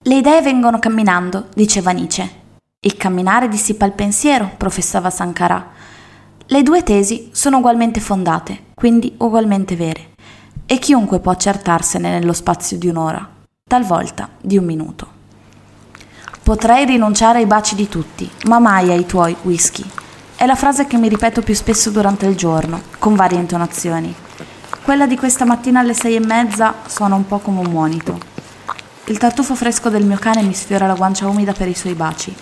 Le idee vengono camminando, diceva Nietzsche. Il camminare dissipa il pensiero, professava Sankara. Le due tesi sono ugualmente fondate, quindi ugualmente vere, e chiunque può accertarsene nello spazio di un'ora, talvolta di un minuto. Potrei rinunciare ai baci di tutti, ma mai ai tuoi, whisky. È la frase che mi ripeto più spesso durante il giorno, con varie intonazioni. Quella di questa mattina alle 6:30 suona un po' come un monito. Il tartufo fresco del mio cane mi sfiora la guancia umida per i suoi baci.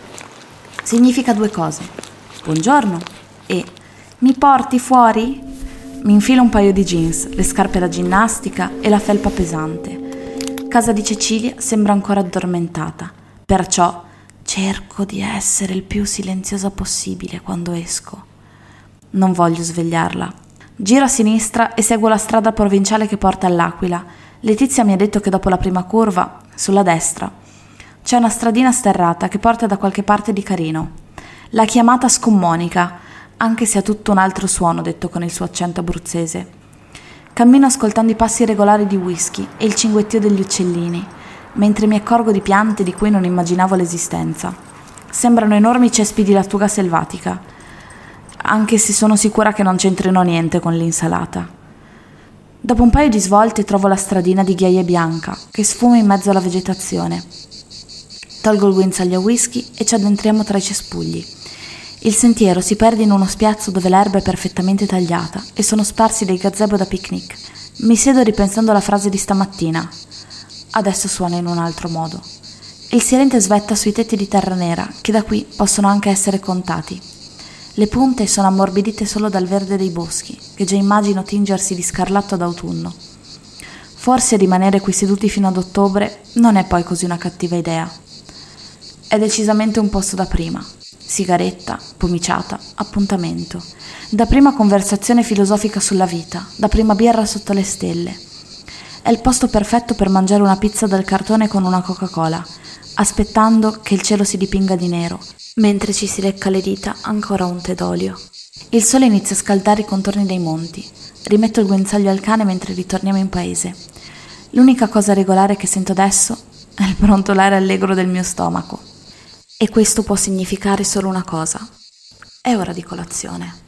Significa due cose. Buongiorno e mi porti fuori? Mi infilo un paio di jeans, le scarpe da ginnastica e la felpa pesante. Casa di Cecilia sembra ancora addormentata, perciò cerco di essere il più silenziosa possibile quando esco. Non voglio svegliarla. Giro a sinistra e seguo la strada provinciale che porta all'Aquila. Letizia mi ha detto che dopo la prima curva, sulla destra, c'è una stradina sterrata che porta da qualche parte di Carino. La chiamata scomunica, anche se ha tutto un altro suono detto con il suo accento abruzzese. Cammino ascoltando i passi regolari di whisky e il cinguettio degli uccellini, mentre mi accorgo di piante di cui non immaginavo l'esistenza. Sembrano enormi cespi di lattuga selvatica, anche se sono sicura che non c'entrino niente con l'insalata. Dopo un paio di svolte trovo la stradina di ghiaia bianca che sfuma in mezzo alla vegetazione. Tolgo il guinzaglio a whisky e ci addentriamo tra i cespugli. Il sentiero si perde in uno spiazzo dove l'erba è perfettamente tagliata e sono sparsi dei gazebo da picnic. Mi siedo ripensando alla frase di stamattina. Adesso suona in un altro modo. Il silente svetta sui tetti di terra nera, che da qui possono anche essere contati. Le punte sono ammorbidite solo dal verde dei boschi, che già immagino tingersi di scarlatto d'autunno. Forse rimanere qui seduti fino ad ottobre non è poi così una cattiva idea. È decisamente un posto da prima. Sigaretta, pomiciata, appuntamento. Da prima conversazione filosofica sulla vita, da prima birra sotto le stelle. È il posto perfetto per mangiare una pizza dal cartone con una Coca-Cola, aspettando che il cielo si dipinga di nero, mentre ci si lecca le dita ancora un tè d'olio. Il sole inizia a scaldare i contorni dei monti. Rimetto il guinzaglio al cane mentre ritorniamo in paese. L'unica cosa regolare che sento adesso è il brontolare allegro del mio stomaco. E questo può significare solo una cosa. È ora di colazione.